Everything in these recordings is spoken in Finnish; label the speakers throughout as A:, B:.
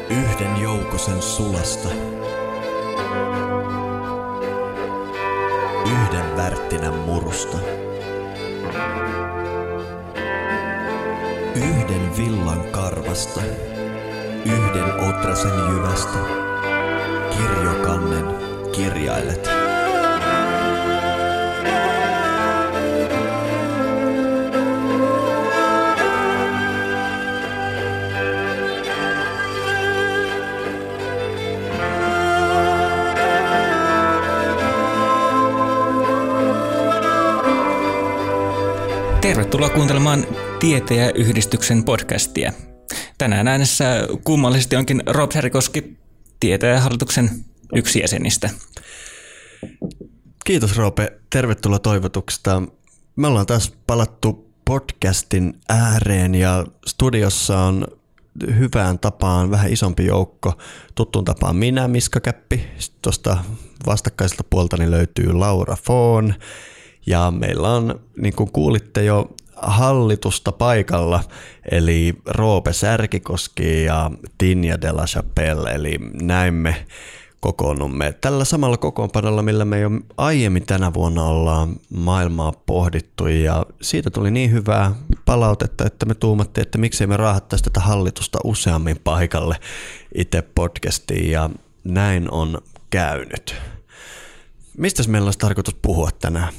A: Yhden joukosen sulasta. Yhden värttinän murusta. Yhden villan karvasta. Yhden otrasen jyvästä. Kirjokannen kirjailet.
B: Tervetuloa kuuntelemaan Tietäjäyhdistyksen podcastia. Tänään äänessä kummallisesti onkin Roope Särkikoski, Tietäjähallituksen yksi jäsenistä.
A: Kiitos Roope, tervetuloa toivotuksesta. Me ollaan taas palattu podcastin ääreen ja studiossa on hyvään tapaan vähän isompi joukko. Tuttuun tapaan minä, Miska Käppi. Sitten tuosta vastakkaiselta puoltani löytyy Laura Foon. Ja meillä on, niin kuin kuulitte jo, hallitusta paikalla, eli Roope Särkikoski ja Tinja de la Chapelle, eli näin me kokoonnumme tällä samalla kokoonpanolla, millä me jo aiemmin tänä vuonna ollaan maailmaa pohdittu, ja siitä tuli niin hyvää palautetta, että me tuumattiin, että miksei me raahattaisi tätä hallitusta useammin paikalle itse podcastiin, ja näin on käynyt. Mistäs meillä olisi tarkoitus puhua tänään?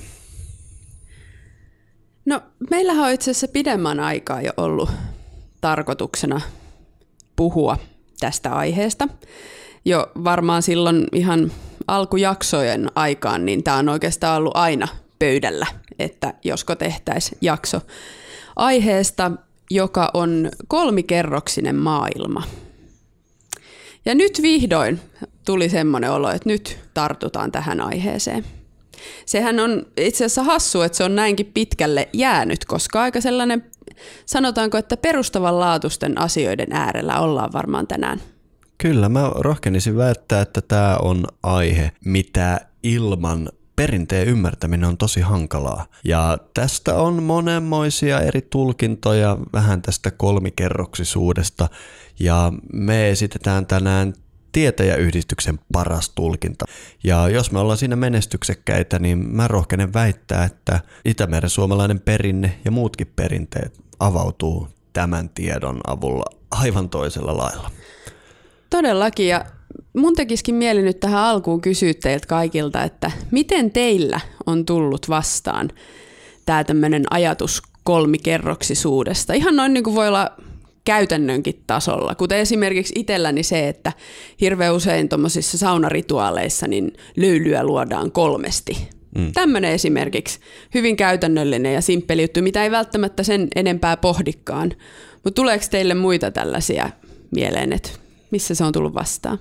C: No, meillähän on itse asiassa pidemmän aikaa jo ollut tarkoituksena puhua tästä aiheesta. Jo varmaan silloin ihan alkujaksojen aikaan, niin tämä on oikeastaan ollut aina pöydällä, että josko tehtäisiin jakso aiheesta, joka on kolmikerroksinen maailma. Ja nyt vihdoin tuli semmoinen olo, että nyt tartutaan tähän aiheeseen. Sehän on itse asiassa hassu, että se on näinkin pitkälle jäänyt, koska aika sellainen, sanotaanko, että perustavanlaatuisten asioiden äärellä ollaan varmaan tänään.
A: Kyllä, mä rohkenisin väittää, että tämä on aihe, mitä ilman perinteen ymmärtäminen on tosi hankalaa. Ja tästä on monenmoisia eri tulkintoja vähän tästä kolmikerroksisuudesta, ja me esitetään tänään Tietäjäyhdistyksen paras tulkinta. Ja jos me ollaan siinä menestyksekkäitä, niin mä rohkenen väittää, että Itämeren suomalainen perinne ja muutkin perinteet avautuu tämän tiedon avulla aivan toisella lailla.
C: Todellakin, ja mun tekisikin mieli nyt tähän alkuun kysyä teiltä kaikilta, että miten teillä on tullut vastaan tämä tämmöinen ajatus kolmikerroksisuudesta? Ihan noin niin kuin voi olla käytännönkin tasolla, kuten esimerkiksi itselläni se, että hirveän usein tuommoisissa saunarituaaleissa niin löylyä luodaan kolmesti. Tämmöinen esimerkiksi hyvin käytännöllinen ja simppeli juttu, mitä ei välttämättä sen enempää pohdikaan. Mutta tuleeko teille muita tällaisia mieleen, että missä se on tullut vastaan?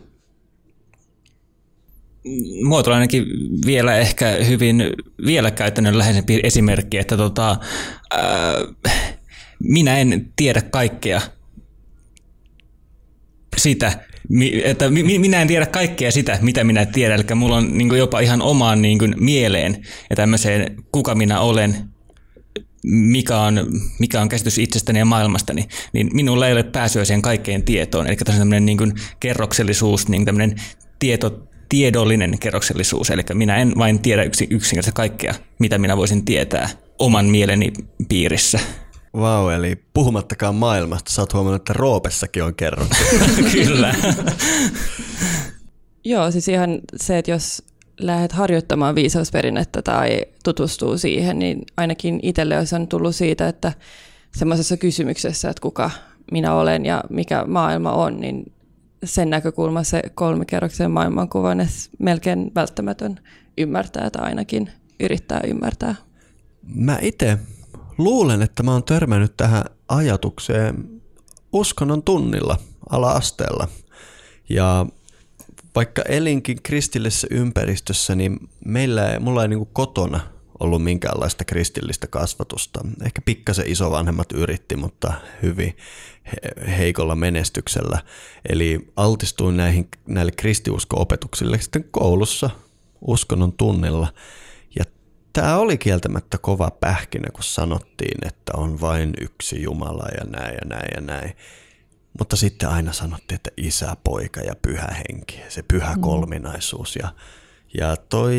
B: Muotoilla ainakin vielä ehkä vielä käytännönläheisempi esimerkki, että minä en tiedä kaikkea sitä, että minä en tiedä kaikkea sitä, mitä minä tiedän. Eli mulla on niin kuin jopa ihan omaan niin kuin mieleen ja tämmöiseen, kuka minä olen, mikä on käsitys itsestäni ja maailmastani, niin minulla ei ole pääsyä siihen kaikkeen tietoon. Eli tämmöinen niin kuin kerroksellisuus, niin tämmöinen tiedollinen kerroksellisuus. Eli minä en vain tiedä yksinkertaisesti kaikkea, mitä minä voisin tietää oman mieleni piirissä.
A: Vau, eli puhumattakaan maailmasta, sä oot huomannut, että Roopessakin on kerrottu.
B: Kyllä.
D: Joo, siis ihan se, että jos lähdet harjoittamaan viisausperinnettä tai tutustuu siihen, niin ainakin itselle on tullut siitä, että semmoisessa kysymyksessä, että kuka minä olen ja mikä maailma on, niin sen näkökulmassa se kolmikerroksen maailmankuva on melkein välttämätön ymmärtää tai ainakin yrittää ymmärtää.
A: Mä itse luulen, että mä oon törmännyt tähän ajatukseen uskonnon tunnilla ala-asteella. Ja vaikka elinkin kristillisessä ympäristössä, niin mulla ei niin kuin kotona ollut minkäänlaista kristillistä kasvatusta. Ehkä pikkasen isovanhemmat yritti, mutta hyvin heikolla menestyksellä. Eli altistuin näille kristiusko-opetuksille sitten koulussa uskonnon tunnilla. Ja tämä oli kieltämättä kova pähkinä, kun sanottiin, että on vain yksi Jumala ja näin ja näin ja näin. mutta sitten aina sanottiin, että isä, poika ja pyhä henki, se pyhä kolminaisuus. Ja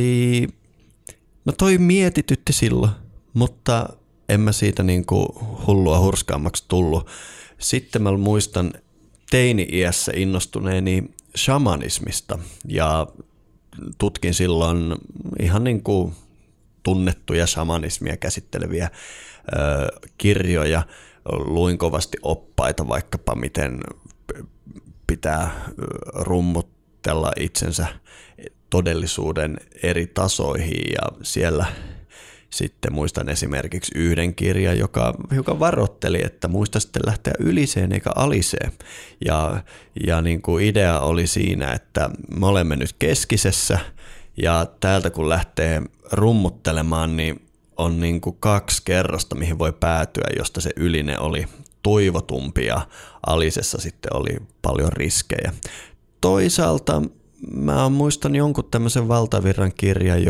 A: toi mietitytti silloin, mutta en mä siitä niinku hullua hurskaammaksi tullut. Sitten mä muistan teini-iässä innostuneeni shamanismista ja tutkin silloin ihan niinku tunnettuja shamanismia käsitteleviä kirjoja. Luin kovasti oppaita vaikkapa miten pitää rummutella itsensä todellisuuden eri tasoihin ja siellä sitten muistan esimerkiksi yhden kirjan, joka varoitteli, että muista sitten lähteä yliseen eikä aliseen. Ja niin kuin idea oli siinä, että me olemme nyt keskisessä ja täältä kun lähtee rummuttelemaan, niin on niin kuin 2 kerrosta, mihin voi päätyä, josta se ylinen oli toivotumpi ja alisessa sitten oli paljon riskejä. Toisaalta mä muistan jonkun tämmöisen valtavirran kirjan,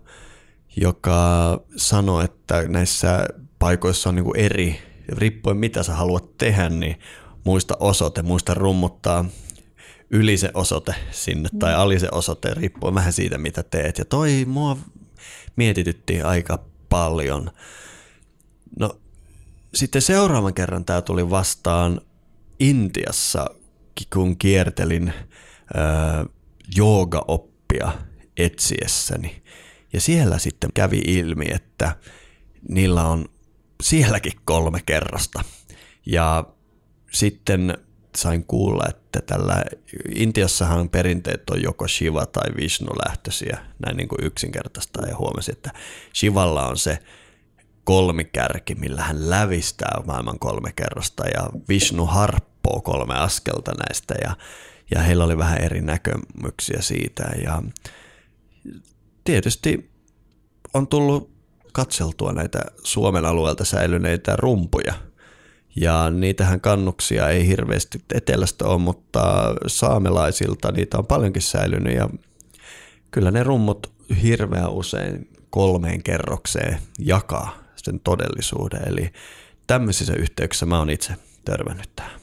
A: joka sanoi, että näissä paikoissa on niin kuin eri, riippuen mitä sä haluat tehdä, niin muista osoite, muista rummuttaa ylisen osoite sinne tai alisen osoite, riippuen vähän siitä mitä teet. Ja toi mua mietitytti aika paljon. No sitten seuraavan kerran tää tuli vastaan Intiassa, kun kiertelin joogaoppia etsiessäni. Ja siellä sitten kävi ilmi, että niillä on sielläkin 3 kerrosta. Ja sitten sain kuulla, että tällä Intiassahan perinteet on joko Shiva tai Vishnu lähtöisiä, näin niin kuin yksinkertaista. Ja huomasin, että Shivalla on se 3 kärki, millä hän lävistää maailman 3 kerrosta ja Vishnu harppoo 3 askelta näistä ja heillä oli vähän eri näkemyksiä siitä ja tietysti on tullut katseltua näitä Suomen alueelta säilyneitä rumpuja ja niitähän kannuksia ei hirveästi etelästä ole, mutta saamelaisilta niitä on paljonkin säilynyt ja kyllä ne rummut hirveän usein 3 kerrokseen jakaa sen todellisuuden. Eli tämmöisissä yhteyksissä mä oon itse törmännyt tähän.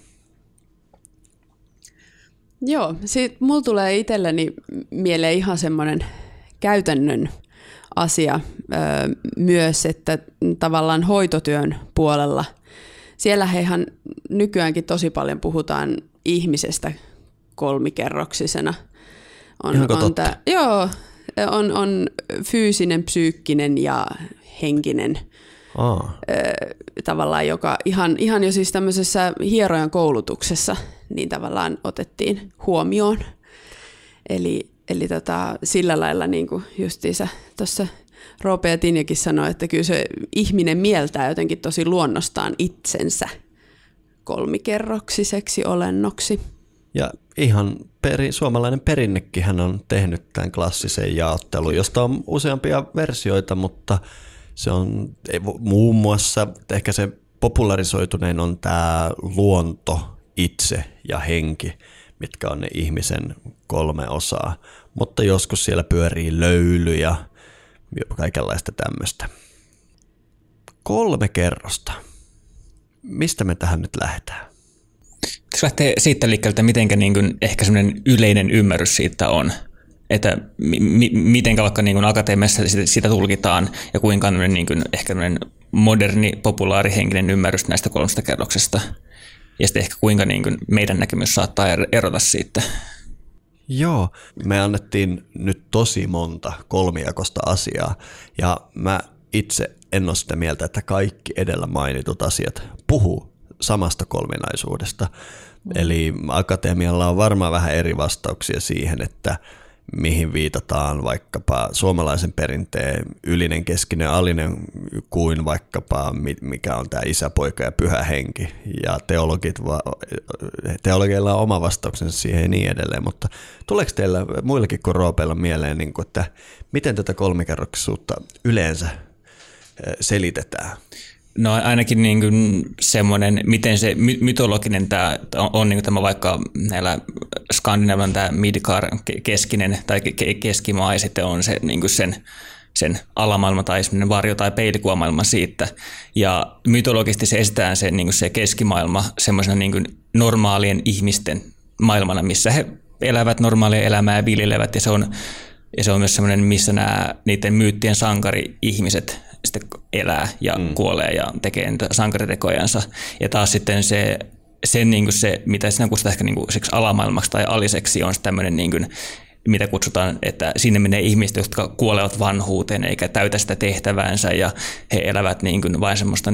C: Joo, siitä mulla tulee itselleni mieleen ihan semmoinen käytännön asia myös, että tavallaan hoitotyön puolella, siellä ihan nykyäänkin tosi paljon puhutaan ihmisestä 3-kerroksisena.
A: Ihanko totta?
C: Joo, on fyysinen, psyykkinen ja henkinen tavallaan, joka ihan jo siis tämmöisessä hierojan koulutuksessa niin tavallaan otettiin huomioon. Eli sillä lailla niin kuin justiinsa tuossa Roope ja Tinjakin sanoi, että kyllä se ihminen mieltää jotenkin tosi luonnostaan itsensä 3-kerroksiseksi olennoksi. Ja
A: ihan suomalainen perinnekin hän on tehnyt tämän klassisen jaottelun, josta on useampia versioita, mutta se on muun muassa, ehkä se popularisoitunein on tämä luonto, itse ja henki, mitkä on ne ihmisen 3 osaa, mutta joskus siellä pyörii löyly ja kaikenlaista tämmöistä. 3 kerrosta. Mistä me tähän nyt lähdetään?
B: Se lähtee siitä liikkeelle, mitenkä niin kuin ehkä semmoinen yleinen ymmärrys siitä on, että mitenkä vaikka niin kuin akatemiassa sitä tulkitaan ja kuinka niin kuin ehkä moderni, populaarihenkinen ymmärrys näistä 3 kerroksesta ja sitten ehkä kuinka niin kuin meidän näkemys saattaa erota siitä.
A: Joo, me annettiin nyt tosi monta kolmijakosta asiaa ja mä itse en ole sitä mieltä, että kaikki edellä mainitut asiat puhuu samasta kolminaisuudesta. Eli akatemialla on varmaan vähän eri vastauksia siihen, että mihin viitataan vaikkapa suomalaisen perinteen ylinen, keskinen, alinen kuin vaikkapa mikä on tämä isä, poika ja pyhä henki. Ja teologeilla on oma vastauksensa siihen ja niin edelleen, mutta tuleeko teillä muillekin kuin Roopeilla mieleen, että miten tätä 3-kerroksisuutta yleensä selitetään?
B: No ainakin niin kuin semmoinen, miten se mytologinen tämä on niin kuin tämä vaikka näillä Skandinavian tämä Midgard keskinen tai keskimaa ja sitten on se niin kuin sen sen alamaailma tai semmoinen varjo- tai peilikuva-maailma siitä. Ja mytologisesti se estetään se, niin kuin se keskimaailma semmoisena niin kuin normaalien ihmisten maailmana, missä he elävät normaalia elämää ja viljelevät. Ja se on myös semmoinen, missä niiden myyttien sankari-ihmiset sitten elää ja kuolee ja tekee niitä sankaritekojansa. Ja taas sitten niin kuin se mitä sinä kutsutaan ehkä niin kuin alamaailmaksi tai aliseksi, on tämmöinen, niin kuin, mitä kutsutaan, että sinne menee ihmiset, jotka kuolevat vanhuuteen eikä täytä sitä tehtäväänsä ja he elävät niin kuin vain semmoista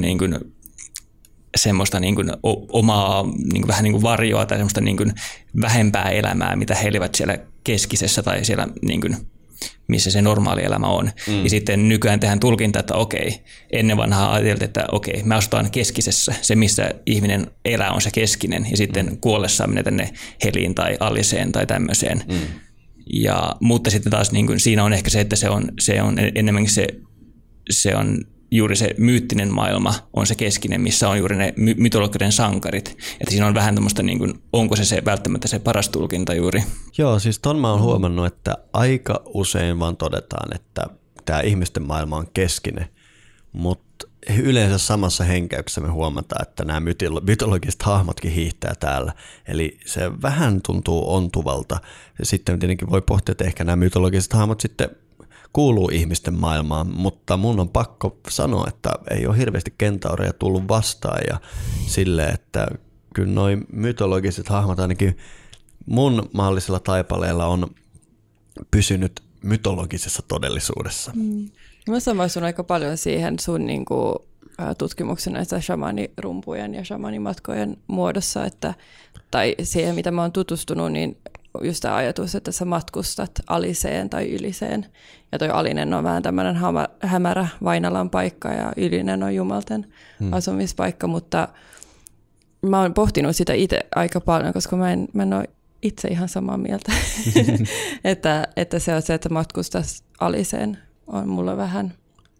B: niin kuin omaa niin kuin vähän niin kuin varjoa tai semmoista niin kuin vähempää elämää, mitä he elivät siellä keskisessä tai siellä niin kuin, missä se normaali elämä on. Ja sitten nykyään tehdään tulkinta, että okei, ennen vanhaa ajateltiin, että okei, me asutaan keskisessä, se missä ihminen elää on se keskinen ja sitten kuollessaan menee tänne heliin tai aliseen tai tämmöiseen. Mutta sitten taas niin kuin, siinä on ehkä se, että se on enemmänkin se on juuri se myyttinen maailma on se keskinen, missä on juuri ne mytologinen sankarit. Että siinä on vähän tämmöistä, niin kuin, onko se välttämättä se paras tulkinta juuri.
A: Joo, siis ton mä oon huomannut, että aika usein vaan todetaan, että tämä ihmisten maailma on keskinen, mutta yleensä samassa henkäyksessä me huomataan, että nämä mytologiset hahmotkin hiihtää täällä. Eli se vähän tuntuu ontuvalta. Ja sitten tietenkin voi pohtia, että ehkä nämä mytologiset hahmot sitten kuuluu ihmisten maailmaan, mutta mun on pakko sanoa, että ei ole hirveästi kentaureja tullut vastaan ja silleen, että kyllä noi mytologiset hahmot ainakin mun maallisella taipaleella on pysynyt mytologisessa todellisuudessa.
D: Mä samaisun aika paljon siihen sun niinku, tutkimuksen näistä shamanirumpujen ja shamanimatkojen muodossa, tai siihen mitä mä oon tutustunut, niin just tämä ajatus, että sä matkustat aliseen tai yliseen. Ja toi alinen on vähän tämmöinen hämärä Vainalan paikka ja ylinen on jumalten asumispaikka, mutta mä oon pohtinut sitä itse aika paljon, koska mä en ole itse ihan samaa mieltä. että se on se, että matkustas aliseen on mulle vähän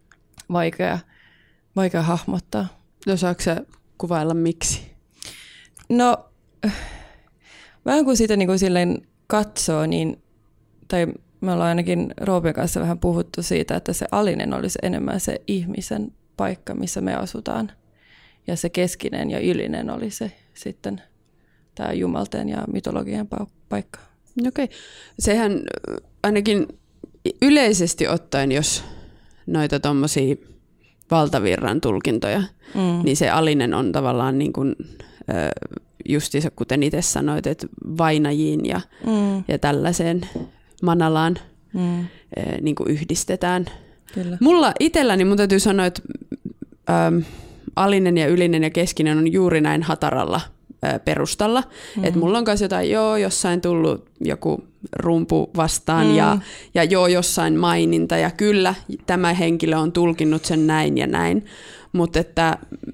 D: vaikea hahmottaa.
C: Osaatko sä kuvailla miksi?
D: No, vähän kun sitä niin kuin silleen katsoo, niin, tai me ollaan ainakin Roopin kanssa vähän puhuttu siitä, että se alinen olisi enemmän se ihmisen paikka, missä me asutaan. Ja se keskinen ja ylinen oli se sitten tämä jumalten ja mytologian paikka.
C: Okei. Sehän ainakin yleisesti ottaen, jos noita tommosia valtavirran tulkintoja, niin se alinen on tavallaan niin kuin, justiinsa kuten itse sanoit, että vainajiin ja tällaiseen manalaan niin kuin yhdistetään.
D: Kyllä.
C: Mulla itselläni mun täytyy sanoa, että alinen ja ylinen ja keskinen on juuri näin hataralla perustalla. Että mulla on myös jotain, jossain tullut joku rumpu vastaan ja jossain maininta ja kyllä tämä henkilö on tulkinnut sen näin ja näin. Mutta että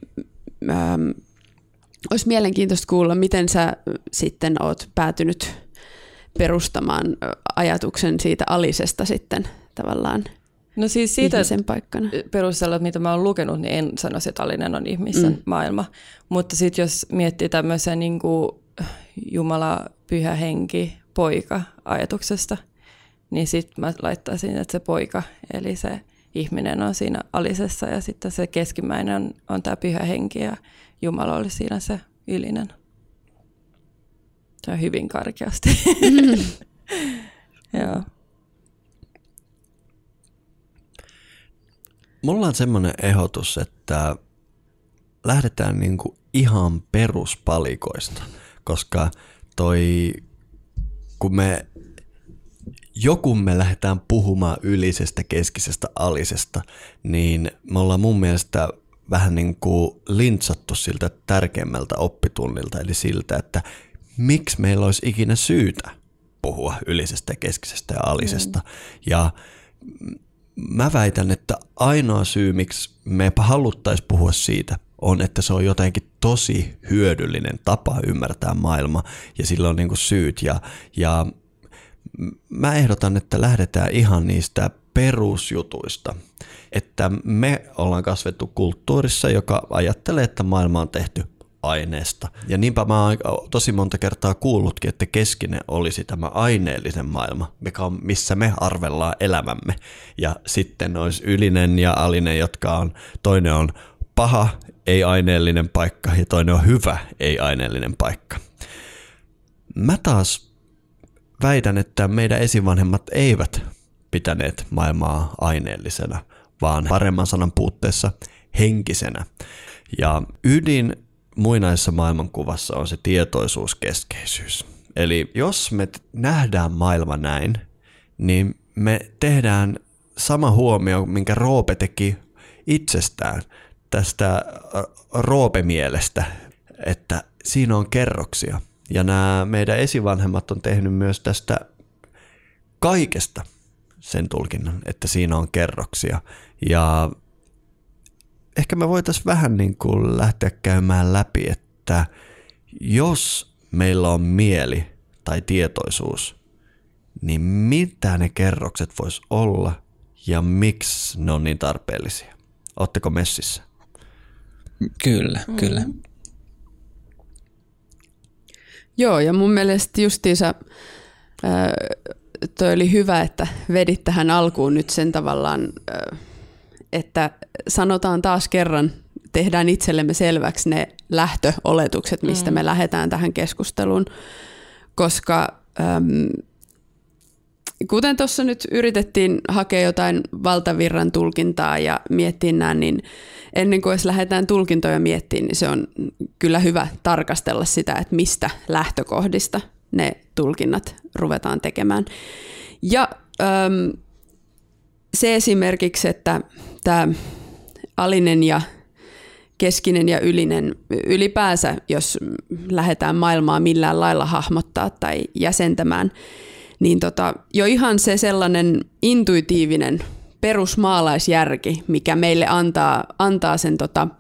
C: olisi mielenkiintoista kuulla, miten sä sitten oot päätynyt perustamaan ajatuksen siitä alisesta sitten tavallaan.
D: No siis siitä
C: ihmisen paikkana.
D: Perusteella, mitä mä oon lukenut, niin en sanoisi, että alinen on ihmisen maailma. Mutta sitten jos miettii tämmöisen niin kuin Jumala, pyhä henki, poika ajatuksesta, niin sitten mä laittaisin, että se poika, eli se ihminen on siinä alisessa ja sitten se keskimmäinen on tämä pyhä henki ja Jumala oli siinä se ylinen. Se on hyvin karkeasti. Joo.
A: Mulla on semmoinen ehdotus, että lähdetään niinku ihan peruspalikoista, koska kun me lähdetään puhumaan ylisestä, keskisestä, alisesta, niin me ollaan mun mielestä vähän niin kuin lintsattu siltä tärkeimmältä oppitunnilta, eli siltä, että miksi meillä olisi ikinä syytä puhua ylisestä, keskisestä ja alisesta. Ja mä väitän, että ainoa syy, miksi me haluttaisiin puhua siitä, on, että se on jotenkin tosi hyödyllinen tapa ymmärtää maailma ja sillä on niin kuin syyt. Ja mä ehdotan, että lähdetään ihan niistä perusjutuista, että me ollaan kasvettu kulttuurissa, joka ajattelee, että maailma on tehty aineesta. Ja niinpä mä oon tosi monta kertaa kuullutkin, että keskinen olisi tämä aineellinen maailma, missä me arvellaan elämämme. Ja sitten olisi ylinen ja alinen, jotka on, toinen on paha, ei-aineellinen paikka, ja toinen on hyvä, ei-aineellinen paikka. Mä taas väitän, että meidän esivanhemmat eivät pitäneet maailmaa aineellisena, vaan paremman sanan puutteessa henkisenä. Ja ydin muinaisessa maailmankuvassa on se tietoisuuskeskeisyys. Eli jos me nähdään maailma näin, niin me tehdään sama huomio, minkä Roope teki itsestään tästä Roope-mielestä, että siinä on kerroksia. Ja nämä meidän esivanhemmat on tehnyt myös tästä kaikesta sen tulkinnan, että siinä on kerroksia. Ja ehkä me voitaisiin vähän niin kuin lähteä käymään läpi, että jos meillä on mieli tai tietoisuus, niin mitä ne kerrokset vois olla ja miksi ne on niin tarpeellisia? Ootteko messissä?
B: Kyllä, kyllä.
C: Joo, ja mun mielestä justiinsa toi oli hyvä, että vedit tähän alkuun nyt sen tavallaan, että sanotaan taas kerran, tehdään itsellemme selväksi ne lähtöoletukset, mistä me lähdetään tähän keskusteluun, koska kuten tuossa nyt yritettiin hakea jotain valtavirran tulkintaa ja miettiä nämä, niin ennen kuin edes lähdetään tulkintoja miettimään, niin se on kyllä hyvä tarkastella sitä, että mistä lähtökohdista ne tulkinnat ruvetaan tekemään. Ja se esimerkiksi, että tämä alinen ja keskinen ja ylinen ylipäänsä, jos lähdetään maailmaa millään lailla hahmottaa tai jäsentämään, niin jo ihan se sellainen intuitiivinen perusmaalaisjärki, mikä meille antaa sen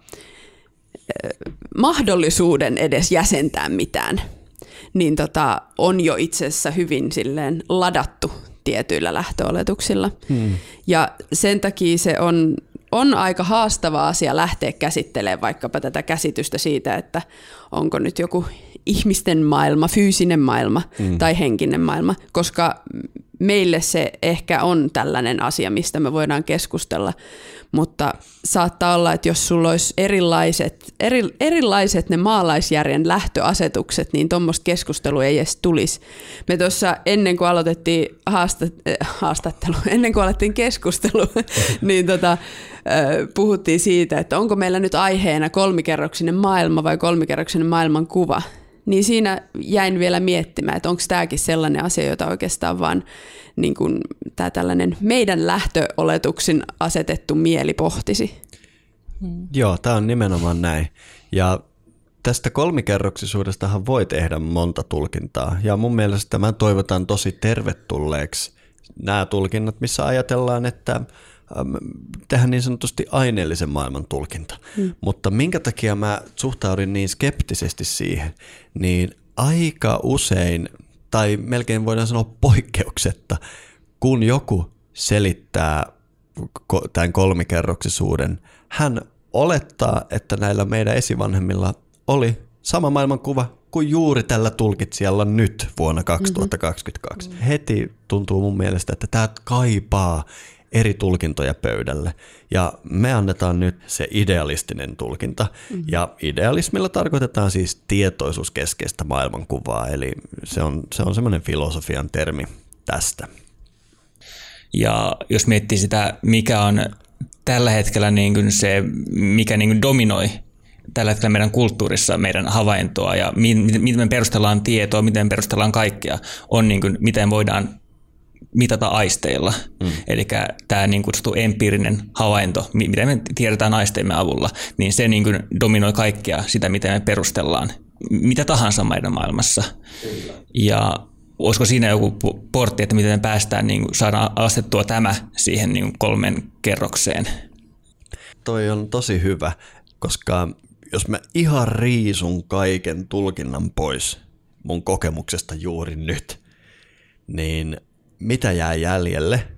C: mahdollisuuden edes jäsentää mitään, niin on jo itse asiassa hyvin silleen ladattu tietyillä lähtöoletuksilla. Ja sen takia se on aika haastava asia lähteä käsittelemään vaikkapa tätä käsitystä siitä, että onko nyt joku ihmisten maailma, fyysinen maailma tai henkinen maailma, koska meille se ehkä on tällainen asia, mistä me voidaan keskustella, mutta saattaa olla, että jos sulla olisi erilaiset ne maalaisjärjen lähtöasetukset, niin tuommoista keskustelua ei edes tulisi. Me tuossa ennen kuin aloitettiin ennen kuin alettiin keskustelu, niin puhuttiin siitä, että onko meillä nyt aiheena kolmikerroksinen maailma vai kolmikerroksinen maailmankuva. Niin siinä jäin vielä miettimään, että onko tämäkin sellainen asia, jota oikeastaan vaan niin kuin tämä tällainen meidän lähtöoletuksin asetettu mieli pohtisi.
A: Joo, tämä on nimenomaan näin. Ja tästä kolmikerroksisuudestahan voi tehdä monta tulkintaa. Ja mun mielestä mä toivotan tosi tervetulleeksi nämä tulkinnat, missä ajatellaan, että tehdään niin sanotusti aineellisen maailman tulkinta. Mutta minkä takia mä suhtaudin niin skeptisesti siihen, niin aika usein, tai melkein voidaan sanoa poikkeuksetta, kun joku selittää tämän kolmikerroksisuuden, hän olettaa, että näillä meidän esivanhemmilla oli sama maailmankuva kuin juuri tällä tulkitsijalla nyt vuonna 2022. Heti tuntuu mun mielestä, että tämä kaipaa eri tulkintoja pöydälle. Ja me annetaan nyt se idealistinen tulkinta. Ja idealismilla tarkoitetaan siis tietoisuuskeskeistä maailmankuvaa, eli se on semmoinen filosofian termi tästä.
B: Ja jos miettii sitä, mikä on tällä hetkellä niin kuin se, mikä niin kuin dominoi tällä hetkellä meidän kulttuurissa meidän havaintoa ja miten me perustellaan tietoa, miten me perustellaan kaikkea, on niin kuin, miten voidaan mitata aisteilla. Eli tämä niin kutsuttu empiirinen havainto, mitä me tiedetään aisteemme avulla, niin se niin kuin dominoi kaikkea sitä, miten me perustellaan mitä tahansa meidän maailmassa. Ja olisiko siinä joku portti, että miten me päästään, niin saadaan asettua tämä siihen niin 3 kerrokseen?
A: Toi on tosi hyvä, koska jos mä ihan riisun kaiken tulkinnan pois mun kokemuksesta juuri nyt, niin mitä jää jäljelle?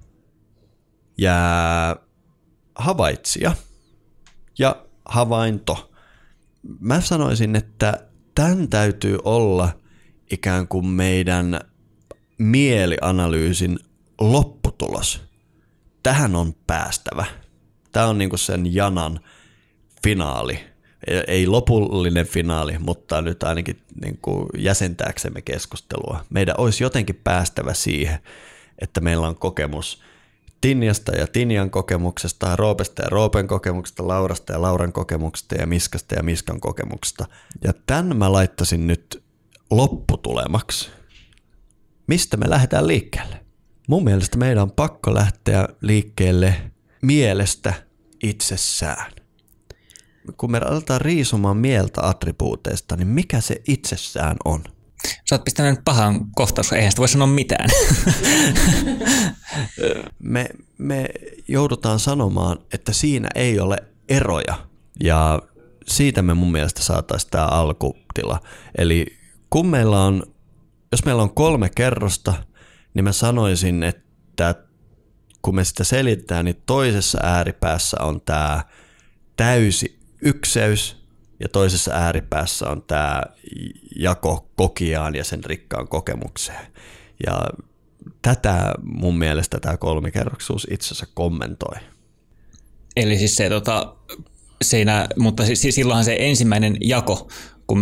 A: Jää havaitsija ja havainto. mä sanoisin, että tämän täytyy olla ikään kuin meidän mielianalyysin lopputulos. Tähän on päästävä. Tämä on niin kuin sen janan finaali. Ei lopullinen finaali, mutta nyt ainakin niin kuin jäsentääksemme keskustelua. Meidän olisi jotenkin päästävä siihen, että meillä on kokemus Tinjasta ja Tinjan kokemuksesta, Roopesta ja Roopen kokemuksesta, Laurasta ja Lauran kokemuksesta ja Miskasta ja Miskan kokemuksesta. Ja tämän mä laittaisin nyt lopputulemaksi. Mistä me lähdetään liikkeelle? Mun mielestä meidän on pakko lähteä liikkeelle mielestä itsessään. Kun me aletaan riisumaan mieltä attribuuteista, niin mikä se itsessään on?
B: Sä oot pistänyt pahan kohtaus, eihän sitä voi sanoa mitään.
A: Me joudutaan sanomaan, että siinä ei ole eroja, ja siitä me mun mielestä saataisiin tämä alkutila. Eli jos meillä on 3 kerrosta, niin mä sanoisin, että kun me sitä selitetään, niin toisessa ääripäässä on tämä täysi ykseys, ja toisessa ääripäässä on tämä jako kokiaan ja sen rikkaan kokemukseen. Ja tätä mun mielestä tämä 3-kerroksuus itsensä kommentoi.
B: Eli siis se mutta silloinhan se ensimmäinen jako, kun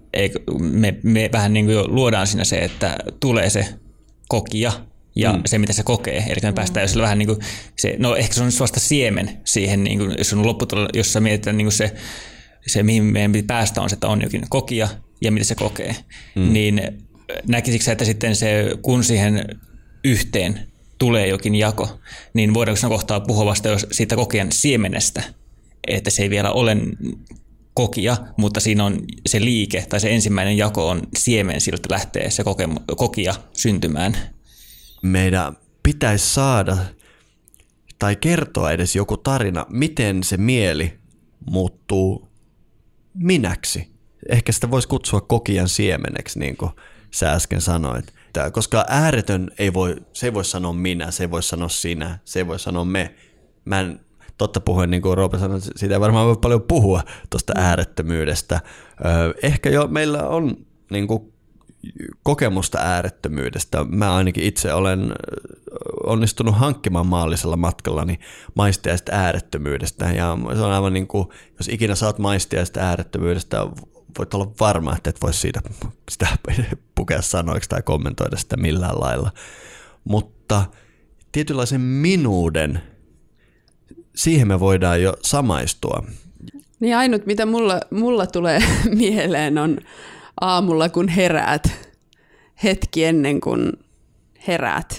B: me vähän niin kuin jo luodaan siinä se, että tulee se kokija ja se, mitä se kokee. Eli me päästään jo sillä vähän niin kuin ehkä se on vasta siemen siihen, niin kuin, jos on lopputulolla, jossa mietitään niin kuin se, mihin meidän pitää päästä on se, että on jokin kokija ja mitä se kokee. Niin näkisikö että sitten se, kun siihen yhteen tulee jokin jako, niin voidaanko siinä kohtaa puhua vasta siitä kokijan siemenestä, että se ei vielä ole kokija, mutta siinä on se liike tai se ensimmäinen jako on siemen, siltä lähtee se kokija syntymään.
A: Meidän pitäisi saada tai kertoa edes joku tarina, miten se mieli muuttuu minäksi. Ehkä sitä voisi kutsua kokijan siemeneksi, niin kuin sä äsken sanoit. Koska ääretön se ei voi sanoa minä, se ei voi sanoa sinä, se ei voi sanoa me. Mä en totta puhuen, niin kuin Roope sanoi, siitä ei varmaan voi paljon puhua tuosta äärettömyydestä. Ehkä jo meillä on niin kuin kokemusta äärettömyydestä. Mä ainakin itse olen onnistunut hankkimaan maallisella matkallani maistiaista äärettömyydestä. Ja se on aivan niin kuin, jos ikinä saat maistiaista äärettömyydestä, voit olla varma, että et voi sitä pukea sanoiksi tai kommentoida sitä millään lailla. Mutta tietynlaisen minuuden, siihen me voidaan jo samaistua.
C: Niin ainut, mitä mulla tulee mieleen on aamulla, kun heräät, hetki ennen kuin heräät.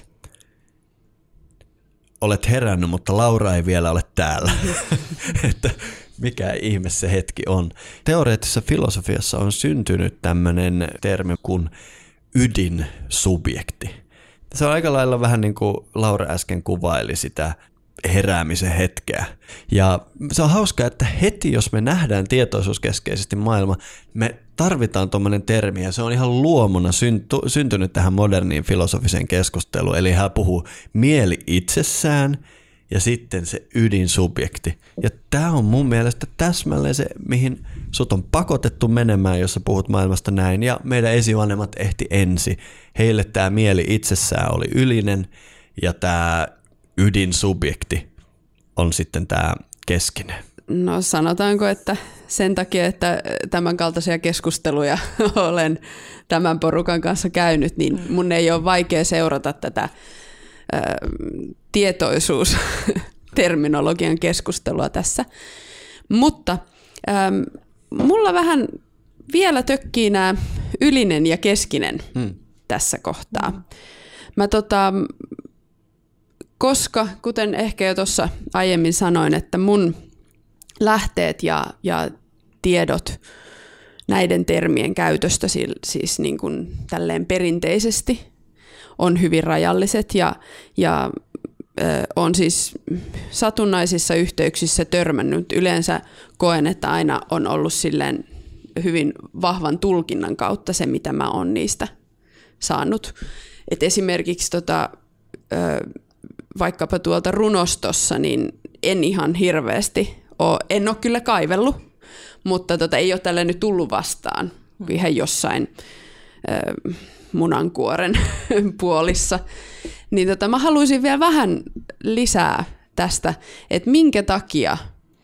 A: Olet herännyt, mutta Laura ei vielä ole täällä. Että mikä ihme se hetki on. Teoreettisessa filosofiassa on syntynyt tämmöinen termi kuin ydinsubjekti. Se on aika lailla vähän niin kuin Laura äsken kuvaili sitä heräämisen hetkeä. Ja se on hauskaa, että heti jos me nähdään tietoisuuskeskeisesti maailma, me tarvitaan tuommoinen termi ja se on ihan luomuna syntynyt tähän moderniin filosofiseen keskusteluun. Eli hän puhuu mieli itsessään ja sitten se ydinsubjekti. Ja tämä on mun mielestä täsmälleen se, mihin sut on pakotettu menemään, jos sä puhut maailmasta näin. Ja meidän esivanhemmat ehti ensi. Heille tämä mieli itsessään oli ylinen ja tämä ydinsubjekti on sitten tämä keskinen.
C: No sanotaanko, että sen takia, että tämän kaltaisia keskusteluja olen tämän porukan kanssa käynyt, niin mun ei ole vaikea seurata tätä tietoisuusterminologian keskustelua tässä. Mutta mulla vähän vielä tökkii nämä ylinen ja keskinen tässä kohtaa. Koska, kuten ehkä jo tuossa aiemmin sanoin, että mun lähteet ja tiedot näiden termien käytöstä siis niin kuin tälleen perinteisesti on hyvin rajalliset ja on siis satunnaisissa yhteyksissä törmännyt. Yleensä koen, että aina on ollut silleen hyvin vahvan tulkinnan kautta se, mitä mä oon niistä saanut. Et esimerkiksi vaikkapa tuolta runostossa, niin en ihan hirveästi en ole kyllä kaivellut, mutta ei ole tälle nyt tullut vastaan ihan jossain munankuoren puolissa. Niin mä haluaisin vielä vähän lisää tästä, että minkä takia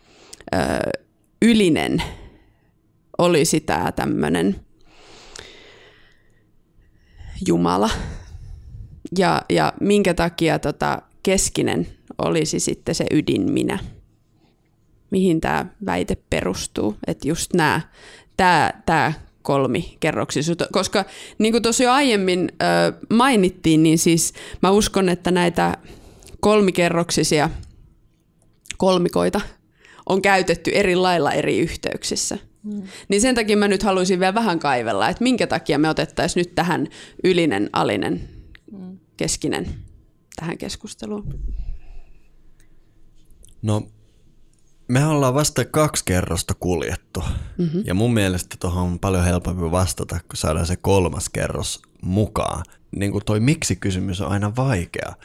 C: ylinen olisi tämä tämmöinen Jumala ja minkä takia keskinen olisi sitten se ydin minä. Mihin tämä väite perustuu, että just tämä kolmikerroksisuus, koska niin kuin tuossa jo aiemmin mainittiin, niin siis mä uskon, että näitä kolmikerroksisia kolmikoita on käytetty eri lailla eri yhteyksissä. Niin sen takia mä nyt haluaisin vielä vähän kaivella, että minkä takia me otettaisiin nyt tähän ylinen, alinen, keskinen tähän keskusteluun.
A: No, me ollaan vasta 2 kerrosta kuljettu. Ja mun mielestä tuohon on paljon helpompi vastata, kun saadaan se 3. kerros mukaan. Niin kuin toi miksi-kysymys on aina vaikea.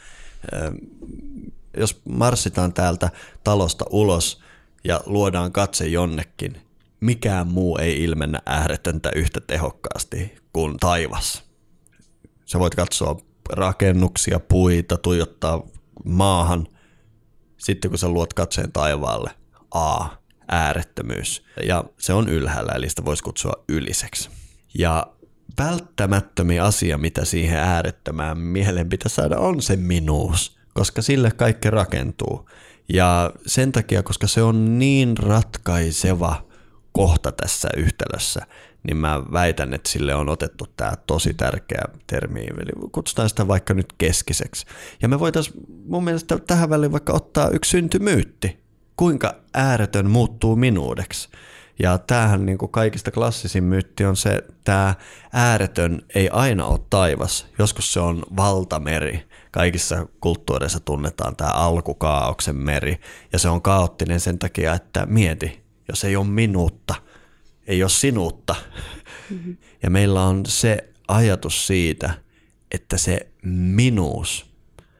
A: Jos marssitaan täältä talosta ulos ja luodaan katse jonnekin, mikään muu ei ilmennä ääretöntä yhtä tehokkaasti kuin taivas. Sä voit katsoa rakennuksia, puita, tuijottaa maahan. Sitten kun sä luot katseen taivaalle, äärettömyys. Ja se on ylhäällä, eli sitä voisi kutsua yliseksi. Ja välttämättömin asia, mitä siihen äärettömään mieleen pitää saada, on se minuus, koska sille kaikki rakentuu. Ja sen takia, koska se on niin ratkaiseva kohta tässä yhtälössä, niin mä väitän, että sille on otettu tämä tosi tärkeä termi, eli kutsutaan sitä vaikka nyt keskiseksi. Ja me voitaisiin mun mielestä tähän väliin vaikka ottaa yksi syntymyytti, kuinka ääretön muuttuu minuudeksi. Ja tämähän niin kuin kaikista klassisin myytti on se, että tämä ääretön ei aina ole taivas, joskus se on valtameri. Kaikissa kulttuureissa tunnetaan tämä alkukaaoksen meri, ja se on kaoottinen sen takia, että mieti, jos ei ole minuutta, ei ole sinuutta. Ja meillä on se ajatus siitä, että se minuus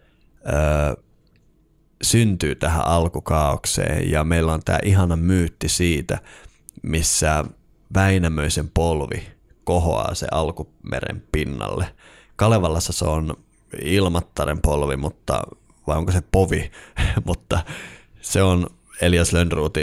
A: syntyy tähän alkukaaukseen, ja meillä on tämä ihana myytti siitä, missä Väinämöisen polvi kohoaa se alkumeren pinnalle. Kalevallassa se on Ilmattaren polvi, vai onko se povi, mutta se on Elias Lönnrotin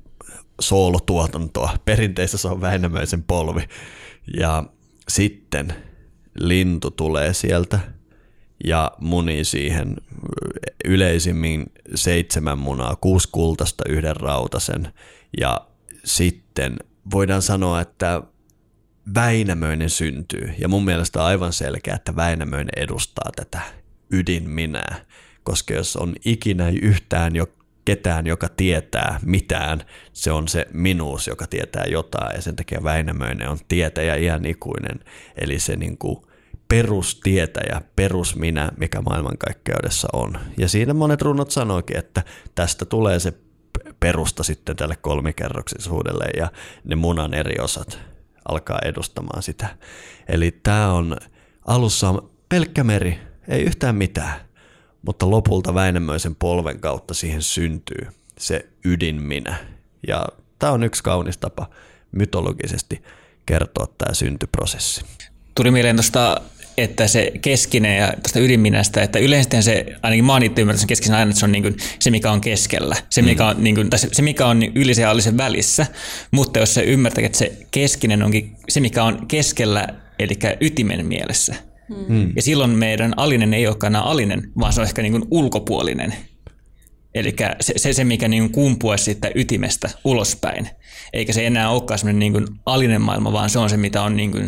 A: soolotuotantoa. Perinteistä se on Väinämöisen polvi. Ja sitten lintu tulee sieltä ja munii siihen yleisimmin 7 munaa, 6 kultaista, 1 rautasen. Ja sitten voidaan sanoa, että Väinämöinen syntyy. Ja mun mielestä on aivan selkeä, että Väinämöinen edustaa tätä ydinminää. Koska jos on ikinä yhtään ketään, joka tietää mitään, se on se minuus, joka tietää jotain. Ja sen takia Väinämöinen on tietäjä iän ikuinen. Eli se niin kuin perustietäjä, perusminä, mikä maailmankaikkeudessa on. Ja siinä monet runot sanoikin, että tästä tulee se perusta sitten tälle kolmikerroksisuudelle ja ne munan eri osat alkaa edustamaan sitä. Eli tämä on alussa pelkkä meri, ei yhtään mitään, mutta lopulta Väinämöisen polven kautta siihen syntyy se ydinminä. Ja tämä on yksi kaunis tapa mytologisesti kertoa tämä syntyprosessi.
B: Tuli mieleen tuosta, että se keskinen ja tuosta ydinminästä, että yleisesti se, ainakin mä oon itse ymmärtänyt keskisen aina, että se on niin kuin se, mikä on keskellä, se, mikä on, niin kuin, se, mikä on ylisen ja alisen välissä, mutta jos se ymmärtää, että se keskinen onkin se, mikä on keskellä, eli ytimen mielessä, ja silloin meidän alinen ei olekaan enää alinen, vaan se on ehkä niin kuin ulkopuolinen. Eli se mikä niin kumpuaisi siitä ytimestä ulospäin, eikä se enää olekaan semmoinen niin kuin alinen maailma, vaan se on se, mitä on niin kuin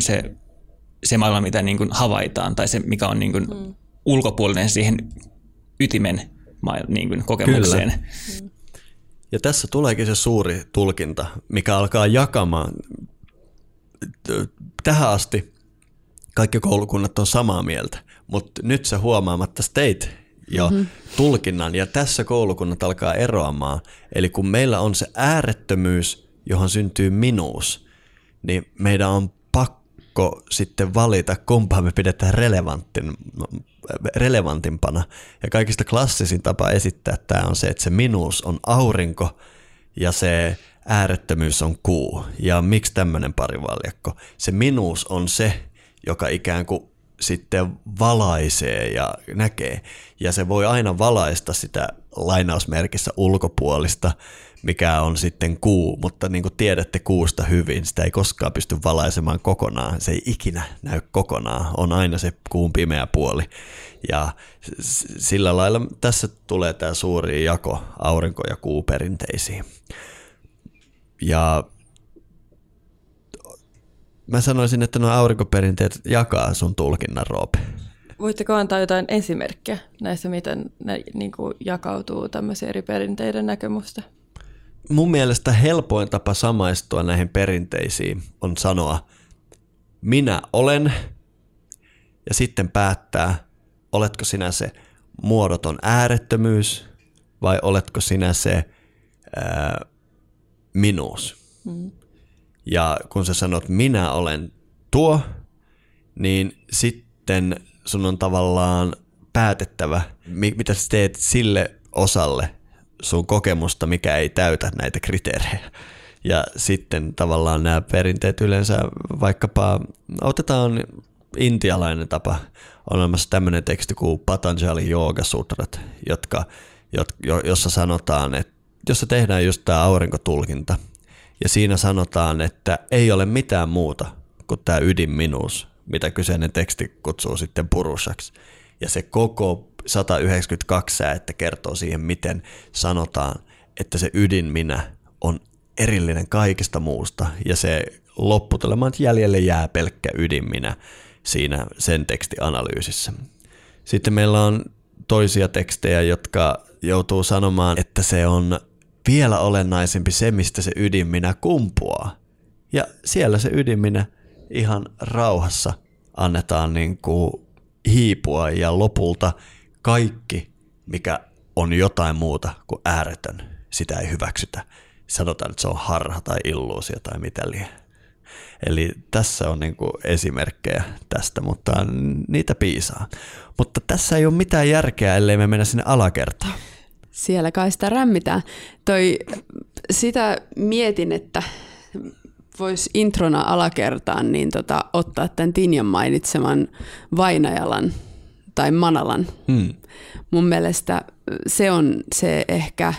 B: se maailma, mitä niin kuin havaitaan, tai se, mikä on niin kuin ulkopuolinen siihen ytimen niin kuin kokemukseen. Kyllä.
A: Ja tässä tuleekin se suuri tulkinta, mikä alkaa jakamaan. Tähän asti kaikki koulukunnat on samaa mieltä, mutta nyt sä huomaamatta teit jo tulkinnan, ja tässä koulukunnat alkaa eroamaan. Eli kun meillä on se äärettömyys, johon syntyy minuus, niin meidän on pakko sitten valita, kumpaa me pidetään relevantimpana. Ja kaikista klassisin tapa esittää tämä on se, että se minuus on aurinko ja se äärettömyys on kuu. Ja miksi tämmöinen parivaljakko? Se minuus on se, joka ikään kuin sitten valaisee ja näkee. Ja se voi aina valaista sitä lainausmerkissä ulkopuolista, mikä on sitten kuu, mutta niin kuin tiedätte kuusta hyvin, sitä ei koskaan pysty valaisemaan kokonaan. Se ei ikinä näy kokonaan, on aina se kuun pimeä puoli. Ja sillä lailla tässä tulee tämä suuri jako aurinko- ja kuuperinteisiin. Ja mä sanoisin, että nuo aurinkoperinteet jakaa sun tulkinnan, Roope.
D: Voitteko antaa jotain esimerkkejä näistä, miten ne niin kuin jakautuu tämmöisiä eri perinteiden näkemystä?
A: Mun mielestä helpoin tapa samaistua näihin perinteisiin on sanoa minä olen ja sitten päättää, oletko sinä se muodoton äärettömyys vai oletko sinä se minuus. Ja kun sä sanot minä olen tuo, niin sitten sun on tavallaan päätettävä, mitä sä teet sille osalle sun kokemusta, mikä ei täytä näitä kriteerejä. Ja sitten tavallaan nämä perinteet yleensä, vaikkapa otetaan intialainen tapa, on olemassa tämmöinen teksti kuin Patanjali Yoga Sutrat, jossa sanotaan, että jossa tehdään just tämä aurinkotulkinta, ja siinä sanotaan, että ei ole mitään muuta kuin tämä ydinminuus, mitä kyseinen teksti kutsuu sitten purushaksi. Ja se koko 192 säätä kertoo siihen, miten sanotaan, että se ydinminä on erillinen kaikesta muusta, ja se lopputulema, että jäljelle jää pelkkä ydinminä siinä sen tekstianalyysissä. Sitten meillä on toisia tekstejä, jotka joutuu sanomaan, että se on vielä olennaisempi se, mistä se ydinminä kumpuaa. Ja siellä se ydinminä ihan rauhassa annetaan niin kuin hiipua, ja lopulta kaikki, mikä on jotain muuta kuin ääretön, sitä ei hyväksytä. Sanotaan, että se on harha tai illuusio tai mitä liian. Eli tässä on niin kuin esimerkkejä tästä, mutta niitä piisaa. Mutta tässä ei ole mitään järkeä, ellei me mennä sinne alakertaan.
C: Siellä kai sitä rämmitään. Sitä mietin, että voisi introna alakertaan niin ottaa tämän Tinjan mainitseman Vainajalan tai Manalan. Mun mielestä se on se ehkä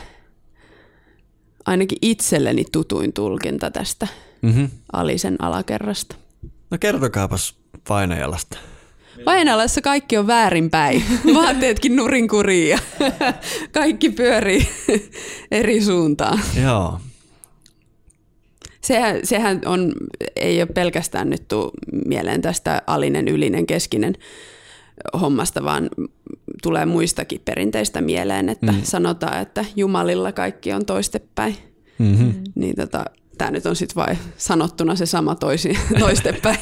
C: ainakin itselleni tutuin tulkinta tästä alisen alakerrasta.
A: No kertokaapas Vainajalasta.
C: Vainajalassa kaikki on väärinpäin. Vaatteetkin nurinkuriin ja kaikki pyörii eri suuntaan.
A: Joo.
C: Sehän on, ei ole pelkästään nyt tuu mieleen tästä alinen, ylinen, keskinen hommasta, vaan tulee muistakin perinteistä mieleen, että sanotaan, että Jumalilla kaikki on toistepäin. Niin tämä nyt on sitten vain sanottuna se sama toistepäin.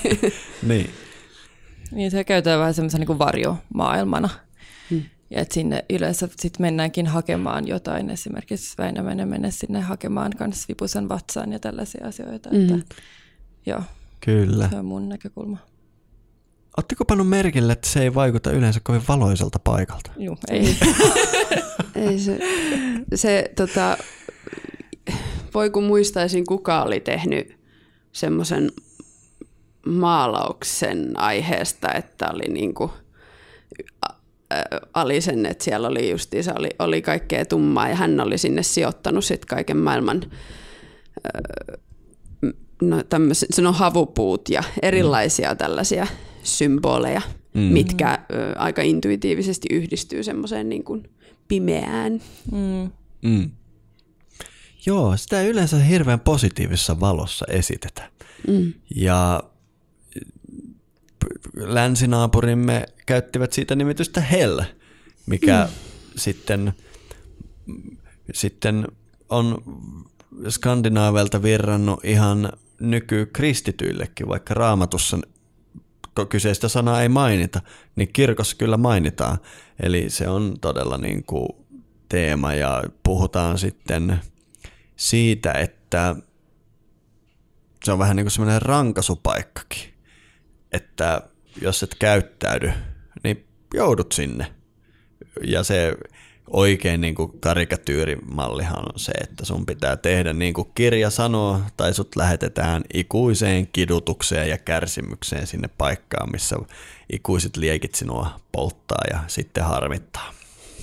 D: Niin se käytetään vähän semmoisena niin varjomaailmana. Ja että sinne yleensä sitten mennäänkin hakemaan jotain, esimerkiksi Väinämöinen mennä sinne hakemaan kans vipusen vatsaan ja tällaisia asioita. Että, joo,
A: kyllä.
D: Se on mun näkökulma.
A: Oletteko pannut merkille, että se ei vaikuta yleensä kovin valoiselta paikalta?
D: Joo, ei.
C: Ei se voi kun muistaisin, kuka oli tehnyt semmoisen maalauksen aiheesta, että oli niinku alisen, että siellä oli justiinsa oli kaikkea tummaa ja hän oli sinne sijoittanut sit kaiken maailman se on havupuut ja erilaisia tällaisia symboleja, mitkä aika intuitiivisesti yhdistyy semmoiseen niin kuin pimeään.
A: Joo, sitä ei yleensä hirveän positiivisessa valossa esitetä. Ja länsinaapurimme käyttivät siitä nimitystä Hell, mikä sitten on skandinaavelta virrannut ihan nykykristityillekin, vaikka Raamatussa kyseistä sanaa ei mainita, niin kirkossa kyllä mainitaan. Eli se on todella niin kuin teema, ja puhutaan sitten siitä, että se on vähän niin kuin semmoinen rankaisupaikkakin, että jos et käyttäydy, niin joudut sinne. Ja se oikein niin kuin karikatyyrimallihan on se, että sun pitää tehdä niin kuin kirja sanoo, tai sut lähetetään ikuiseen kidutukseen ja kärsimykseen sinne paikkaan, missä ikuiset liekit sinua polttaa ja sitten harmittaa.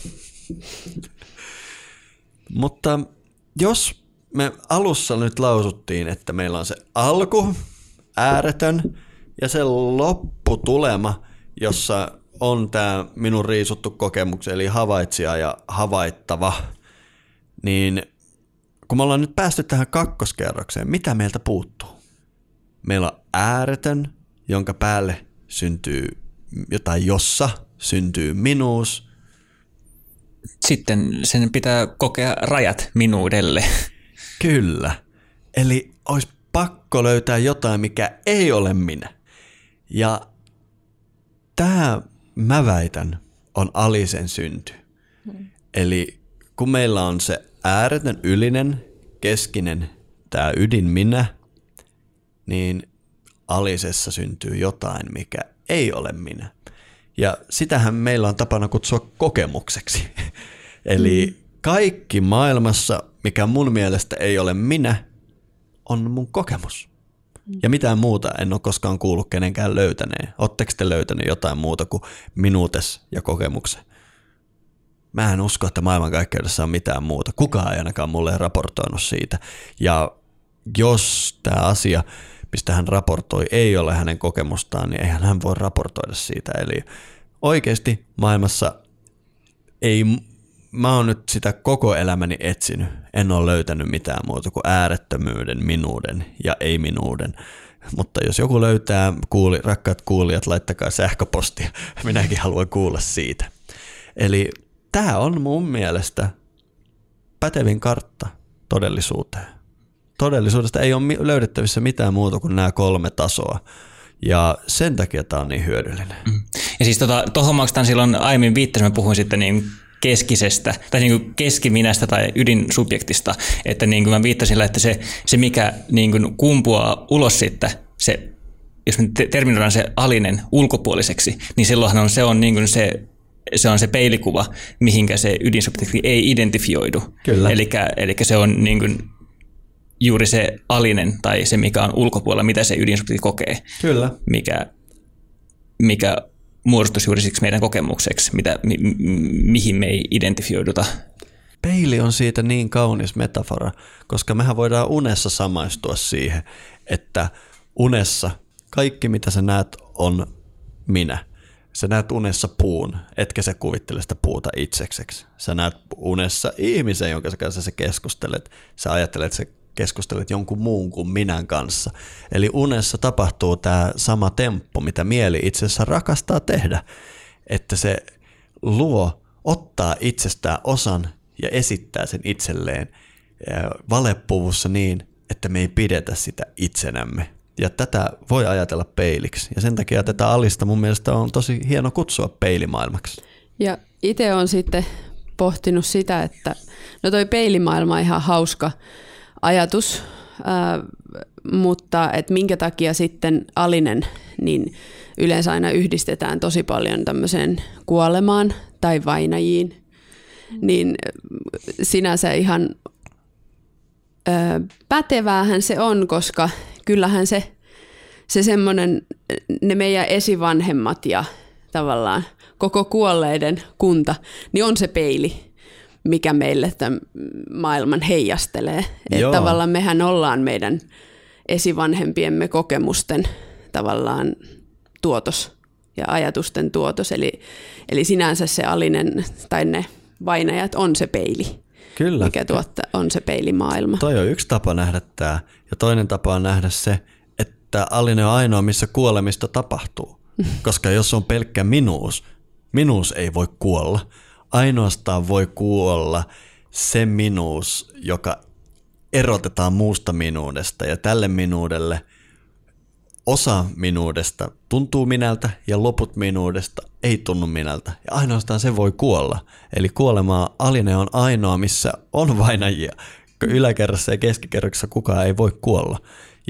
A: Mutta jos me alussa nyt lausuttiin, että meillä on se alku, ääretön, ja se lopputulema, jossa on tämä minun riisuttu kokemus, eli havaitsija ja havaittava, niin kun me ollaan nyt päästy tähän kakkoskerrokseen, mitä meiltä puuttuu? Meillä on ääretön, jonka päälle syntyy jotain, jossa syntyy minuus.
B: Sitten sen pitää kokea rajat minuudelle.
A: Kyllä. Eli olisi pakko löytää jotain, mikä ei ole minä. Ja tämä, mä väitän, on alisen synty. Eli kun meillä on se ääretön, ylinen, keskinen, tämä ydin minä, niin alisessa syntyy jotain, mikä ei ole minä. Ja sitähän meillä on tapana kutsua kokemukseksi. Eli kaikki maailmassa, mikä mun mielestä ei ole minä, on mun kokemus. Ja mitään muuta en ole koskaan kuullut kenenkään löytäneen. Oletteko te löytänyt jotain muuta kuin minuutes ja kokemuksen? Mä en usko, että maailmankaikkeudessa on mitään muuta. Kukaan ei ainakaan mulle raportoinut siitä. Ja jos tämä asia, mistä hän raportoi, ei ole hänen kokemustaan, niin eihän hän voi raportoida siitä. Eli oikeasti maailmassa ei, mä oon nyt sitä koko elämäni etsinyt. En ole löytänyt mitään muuta kuin äärettömyyden, minuuden ja ei-minuuden. Mutta jos joku löytää, rakkaat kuulijat, laittakaa sähköpostia. Minäkin haluan kuulla siitä. Eli tämä on mun mielestä pätevin kartta todellisuuteen. Todellisuudesta ei ole löydettävissä mitään muuta kuin nämä 3 tasoa. Ja sen takia tämä on niin hyödyllinen.
B: Ja siis tuohon mä silloin aiemmin viittasin, mä puhuin sitten niin keskisestä tai niin kuin keskiminästä tai ydinsubjektista, että niin kuin mä viittasin sillä, että se mikä niin kuin kumpuaa ulos siitä, se, jos me terminoidaan se alinen ulkopuoliseksi, niin silloinhan se on niin kuin se on se peilikuva, mihinkä se ydinsubjekti ei identifioidu.
A: Kyllä.
B: Eli se on niin kuin juuri se alinen tai se, mikä on ulkopuolella, mitä se ydinsubjekti kokee.
A: Kyllä.
B: Mikä muodostuisi juuri siksi meidän kokemukseksi, mihin me ei identifioiduta.
A: Peili on siitä niin kaunis metafora, koska mehän voidaan unessa samaistua siihen, että unessa kaikki mitä sä näet on minä. Sä näet unessa puun, etkä sä kuvittele sitä puuta itsekseksi. Sä näet unessa ihmisen, jonka kanssa sä keskustelet. Sä ajattelet, että sä keskustelet jonkun muun kuin minän kanssa. Eli unessa tapahtuu tämä sama temppu, mitä mieli itse asiassa rakastaa tehdä. Että se ottaa itsestään osan ja esittää sen itselleen valepuvussa niin, että me ei pidetä sitä itsenämme. Ja tätä voi ajatella peiliksi. Ja sen takia tätä alista mun mielestä on tosi hieno kutsua peilimaailmaksi.
C: Ja itse olen sitten pohtinut sitä, että no toi peilimaailma on ihan hauska ajatus, mutta että minkä takia sitten alinen, niin yleensä aina yhdistetään tosi paljon tämmöiseen kuolemaan tai vainajiin. Niin sinänsä ihan päteväähän se on, koska kyllähän se semmoinen, ne meidän esivanhemmat ja tavallaan koko kuolleiden kunta, niin on se peili, mikä meille tämän maailman heijastelee. Että tavallaan mehän ollaan meidän esivanhempiemme kokemusten tavallaan tuotos ja ajatusten tuotos. Eli sinänsä se alinen tai ne vainajat on se peili.
A: Kyllä.
C: Mikä on se peilimaailma.
A: Toi on yksi tapa nähdä tämä. Ja toinen tapa on nähdä se, että alinen on ainoa, missä kuolemista tapahtuu. Koska jos on pelkkä minuus ei voi kuolla. Ainoastaan voi kuolla se minuus, joka erotetaan muusta minuudesta. Ja tälle minuudelle osa minuudesta tuntuu minältä ja loput minuudesta ei tunnu minältä. Ja ainoastaan se voi kuolla. Eli kuolemaa alinen on ainoa, missä on vainajia. Yläkerrassa ja keskikerroksessa kukaan ei voi kuolla.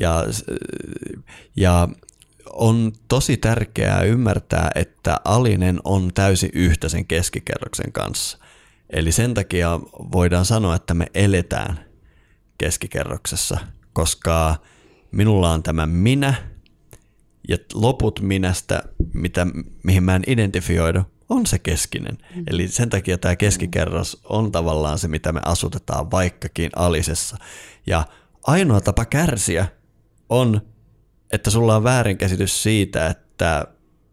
A: Ja on tosi tärkeää ymmärtää, että alinen on täysin yhtä sen keskikerroksen kanssa. Eli sen takia voidaan sanoa, että me eletään keskikerroksessa, koska minulla on tämä minä ja loput minästä, mihin mä en identifioidu, on se keskinen. Eli sen takia tämä keskikerros on tavallaan se, mitä me asutetaan vaikkakin alisessa. Ja ainoa tapa kärsiä on, että sulla on väärinkäsitys siitä, että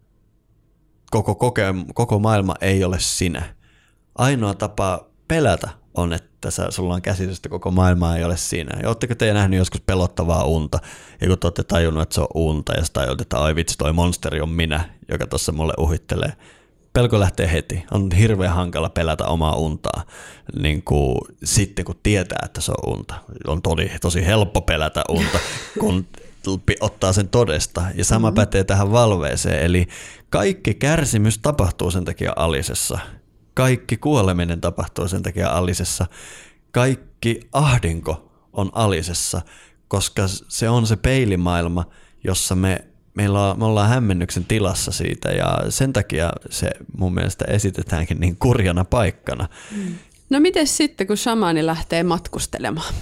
A: koko maailma ei ole sinä. Ainoa tapa pelätä on, että sulla on käsitys, että koko maailma ei ole sinä. Ja ootteko te nähnyt joskus pelottavaa unta, ja kun te olette tajunnut, että se on unta, ja sitten tajunnut, että ai vitsi, toi monsteri on minä, joka tuossa mulle uhittelee. Pelko lähtee heti. On hirveän hankala pelätä omaa untaa, niin kuin sitten kun tietää, että se on unta. On tosi helppo pelätä unta, kun ottaa sen todesta. Ja sama pätee tähän valveeseen, eli kaikki kärsimys tapahtuu sen takia alisessa. Kaikki kuoleminen tapahtuu sen takia alisessa. Kaikki ahdinko on alisessa, koska se on se peilimaailma, jossa me ollaan hämmennyksen tilassa siitä, ja sen takia se mun mielestä esitetäänkin niin kurjana paikkana.
C: No miten sitten, kun shamaani lähtee matkustelemaan?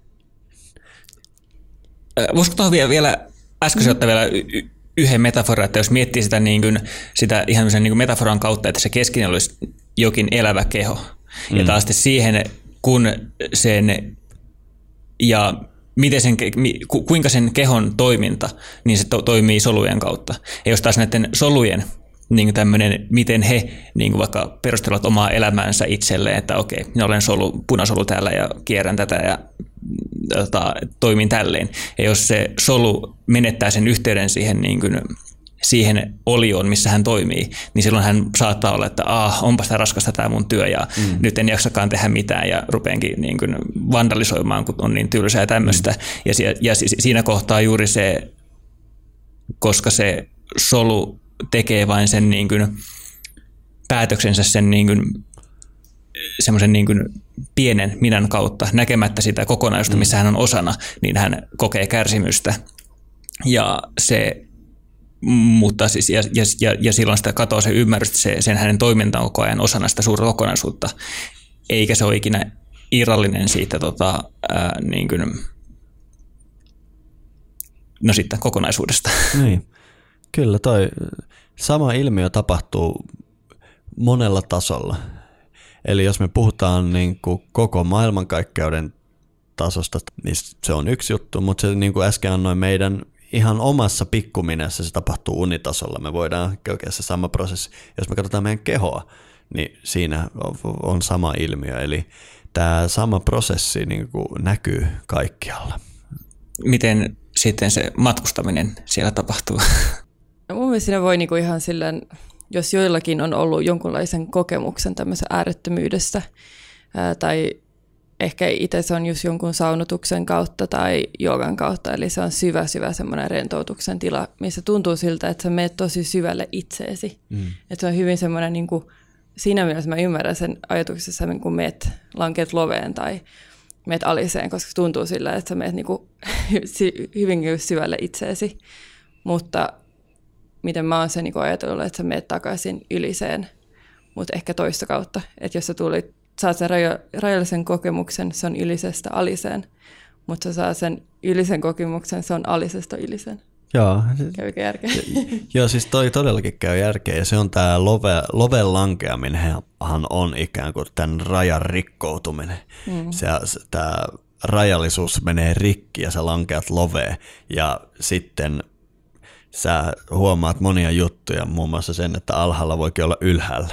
B: Voisiko tuohon vielä äsken ottaa vielä yhden metaforan, että jos miettii sitä, niin kuin, sitä ihan niin kuin metaforan kautta, että se keskinen olisi jokin elävä keho. Ja taas siihen, kun sen ja miten kuinka sen kehon toiminta, niin se toimii solujen kautta. Ja jos taas näiden solujen, niin tämmöinen, miten he niin vaikka perustelevat omaa elämäänsä itselleen, että okei, minä olen punasolu täällä ja kierrän tätä ja toimin tälleen. Ja jos se solu menettää sen yhteyden siihen, niin kuin, siihen olioon, missä hän toimii, niin silloin hän saattaa olla, että onpa sitä raskasta tämä mun työ ja nyt en jaksakaan tehdä mitään ja rupeankin niin kuin vandalisoimaan, kun on niin tylsää ja tämmöistä. Ja siinä kohtaa juuri se, koska se solu tekee vain sen niin kuin päätöksensä sen niin kuin semmoisen niin kuin pienen minän kautta, näkemättä sitä kokonaisuutta, missä hän on osana, niin hän kokee kärsimystä. Ja se, mutta siis, ja silloin sitä katoaa se ymmärrys, että sen hänen toiminta on koko ajan osana sitä suurta kokonaisuutta, eikä se ole ikinä irrallinen siitä niin kuin, no sitten kokonaisuudesta.
A: Niin. Kyllä, toi sama ilmiö tapahtuu monella tasolla. Eli jos me puhutaan niin kuin koko maailmankaikkeuden tasosta, niin se on yksi juttu, mutta se niin kuin äsken annoin meidän ihan omassa pikkuminässä, se tapahtuu unitasolla. Me voidaan kokea se sama prosessi. Jos me katsotaan meidän kehoa, niin siinä on sama ilmiö. Eli tämä sama prosessi niin kuin näkyy kaikkialla.
B: Miten sitten se matkustaminen siellä tapahtuu?
D: No mun mielestä siinä voi niinku ihan silleen, jos joillakin on ollut jonkunlaisen kokemuksen tämmöisen äärettömyydestä, tai ehkä itse se on just jonkun saunotuksen kautta tai joogan kautta, eli se on syvä semmoinen rentoutuksen tila, missä tuntuu siltä, että sä meet tosi syvälle itseesi. Että se on hyvin semmoinen, niin kuin, siinä mielessä mä ymmärrän sen ajatuksessa, kun lankeet loveen tai meet aliseen, koska tuntuu sillä, että sä meet niin kuin, hyvinkin syvälle itseesi. Mutta miten mä oon sen niin ajatellut, että sä meet takaisin yliseen, mutta ehkä toista kautta. Että jos sä saat sen rajallisen kokemuksen, se on ylisestä aliseen, mutta sä saa sen ylisen kokemuksen, se on alisesta yliseen.
A: Joo.
D: Käykö järkeä?
A: Joo, siis toi todellakin käy järkeä, ja se on tämä loven lankeaminenhan on ikään kuin tämän rajan rikkoutuminen. Tämä rajallisuus menee rikki ja sä lankeat loveen, ja sitten sä huomaat monia juttuja, muun muassa sen, että alhaalla voikin olla ylhäällä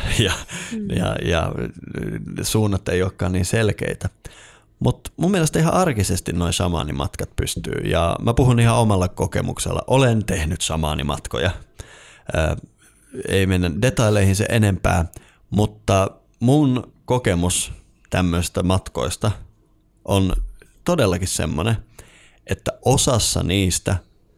A: ja suunnat ei olekaan niin selkeitä. Mutta mun mielestä ihan arkisesti noi shamaanimatkat pystyy, ja mä puhun ihan omalla kokemuksella. Olen tehnyt shamaanimatkoja. Ei mennä detaileihin se enempää, mutta mun kokemus tämmöistä matkoista on todellakin semmoinen, että osassa niistä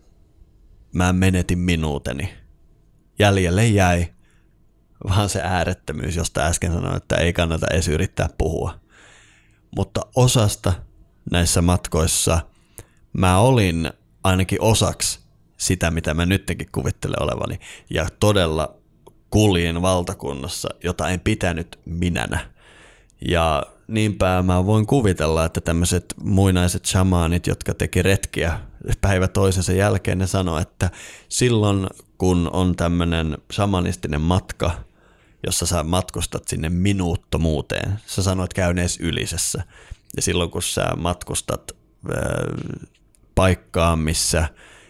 A: mä menetin minuuteni. Jäljelle jäi vaan se äärettömyys, josta äsken sanoin, että ei kannata edes yrittää puhua. Mutta osasta näissä matkoissa mä olin ainakin osaksi sitä, mitä mä nytkin kuvittelen olevani. Ja todella kuljin valtakunnassa, jota en pitänyt minänä. Ja niinpä mä voin kuvitella, että tämmöiset muinaiset shamaanit, jotka teki retkiä päivä toisensa jälkeen, ne sanoo, että silloin kun on tämmöinen shamanistinen matka, jossa sä matkustat sinne minuuttomuuteen, sä sanoit käynees Ylisessä. Ja silloin kun sä matkustat paikkaan, missä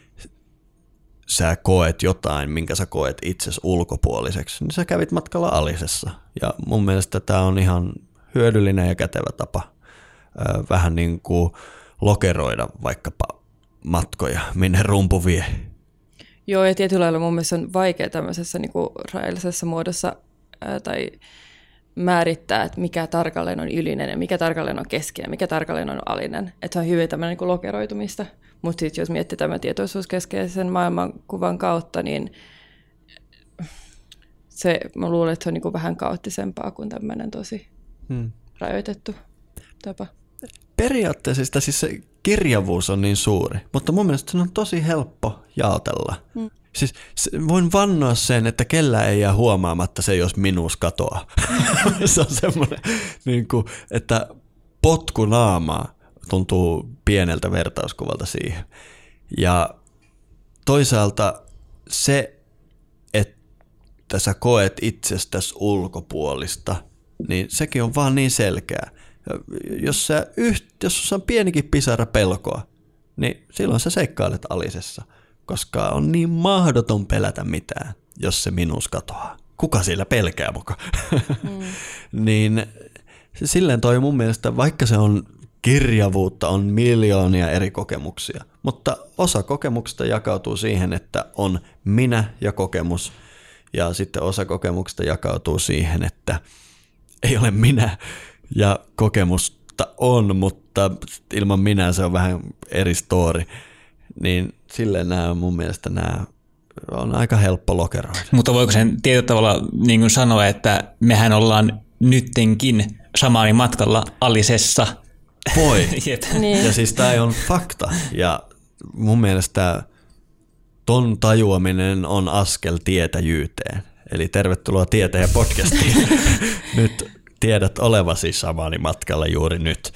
A: sä koet jotain, minkä sä koet itsesi ulkopuoliseksi, niin sä kävit matkalla Alisessa. Ja mun mielestä tää on ihan hyödyllinen ja kätevä tapa vähän niin kuin lokeroida vaikkapa matkoja, minne rumpu vie.
D: Joo, ja tietyllä lailla mun mielestä on vaikea tämmöisessä niin kuin rajallisessa muodossa tai määrittää, että mikä tarkalleen on ylinen ja mikä tarkalleen on keskinen, mikä tarkalleen on alinen. Että se on hyvin tämmöinen niin kuin lokeroitumista. Mutta sitten jos miettii tämän tietoisuuskeskeisen maailmankuvan kautta, niin mä luulen, että se on niin kuin vähän kaoottisempaa kuin tämmöinen tosi rajoitettu tapa.
A: Periaatteessa siis se kirjavuus on niin suuri, mutta mun mielestä se on tosi helppo jaotella. Siis voin vannoa sen, että kellä ei jää huomaamatta se, jos minuus katoaa. Se on semmoinen, niin kuin, että potkunaamaa tuntuu pieneltä vertauskuvalta siihen. Ja toisaalta se, että sä koet itsestäsi ulkopuolista, niin sekin on vaan niin selkeä. Jos on pienikin pisara pelkoa, niin silloin sä seikkailet Alisessa, koska on niin mahdoton pelätä mitään, jos se minuus katoaa. Kuka siellä pelkää muka? Niin silleen toi mun mielestä, vaikka se on kirjavuutta, on miljoonia eri kokemuksia, mutta osa kokemuksista jakautuu siihen, että on minä ja kokemus, ja sitten osa kokemuksista jakautuu siihen, että ei ole minä ja kokemusta on, mutta ilman minä se on vähän eri story. Niin silleen mun mielestä nämä on aika helppo lokeroida.
B: Mutta voiko sen tietyllä tavalla niin kuin sanoa, että mehän ollaan nyttenkin samaani matkalla Alisessa?
A: Voi.
D: Niin.
A: Ja siis tämä on fakta. Ja mun mielestä ton tajuaminen on askel tietäjyyteen. Eli tervetuloa Tietäjä podcastiin. Nyt tiedät olevasi samaani matkalla juuri nyt.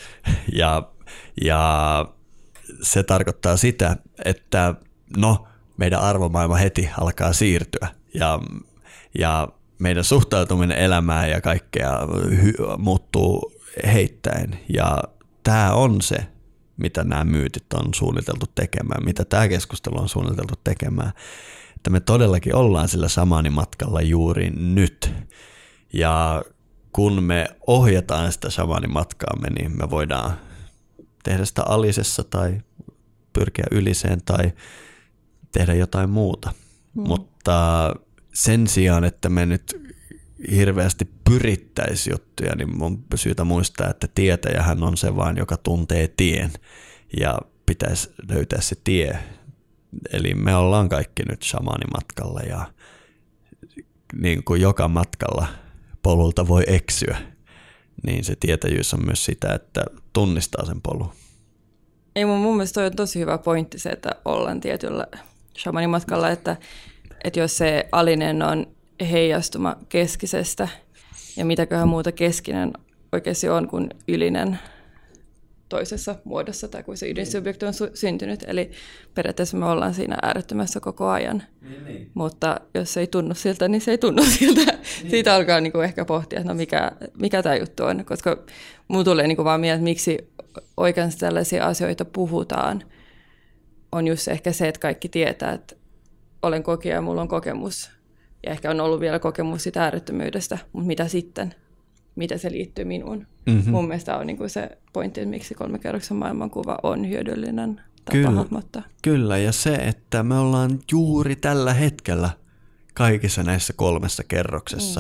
A: Ja se tarkoittaa sitä, että meidän arvomaailma heti alkaa siirtyä ja meidän suhtautuminen elämään ja kaikkea muuttuu heittäin. Ja tämä on se, mitä nämä myytit on suunniteltu tekemään, mitä tämä keskustelu on suunniteltu tekemään. Että me todellakin ollaan sillä samaani matkalla juuri nyt. Ja kun me ohjataan sitä samaani matkaamme, niin me voidaan tehdä sitä Alisessa tai pyrkiä Yliseen tai tehdä jotain muuta. Mutta sen sijaan, että me nyt hirveästi pyrittäisiin juttuja, niin on syytä muistaa, että tietäjähän on se vaan, joka tuntee tien ja pitäisi löytää se tie. Eli me ollaan kaikki nyt shamaanimatkalla ja niin kuin joka matkalla polulta voi eksyä, niin se tietäjyys on myös sitä, että tunnistaa sen polun.
D: Ei, mun mielestä toi on tosi hyvä pointti se, että ollaan tietyllä shamanimatkalla, että jos se alinen on heijastuma keskisestä ja mitäköhän muuta keskinen oikeasti on kuin ylinen toisessa muodossa tai kuin se ydinsubjekti on syntynyt. Eli periaatteessa me ollaan siinä äärettömässä koko ajan. Niin. Mutta jos se ei tunnu siltä, niin se ei tunnu siltä. Niin. Siitä alkaa niin kuin ehkä pohtia, että mikä tämä juttu on. Koska mun tulee niin kuin vaan mieleen, että miksi oikeasti tällaisia asioita puhutaan, on just ehkä se, että kaikki tietää, että olen kokija ja mulla on kokemus. Ja ehkä on ollut vielä kokemus siitä äärettömyydestä, mutta mitä sitten? Mitä se liittyy minuun? Mm-hmm. Mun mielestä on niin kuin se pointti, että miksi 3 kerroksen maailmankuva on hyödyllinen tapa hahmottaa. Kyllä,
A: ja se, että me ollaan juuri tällä hetkellä kaikissa näissä 3 kerroksessa,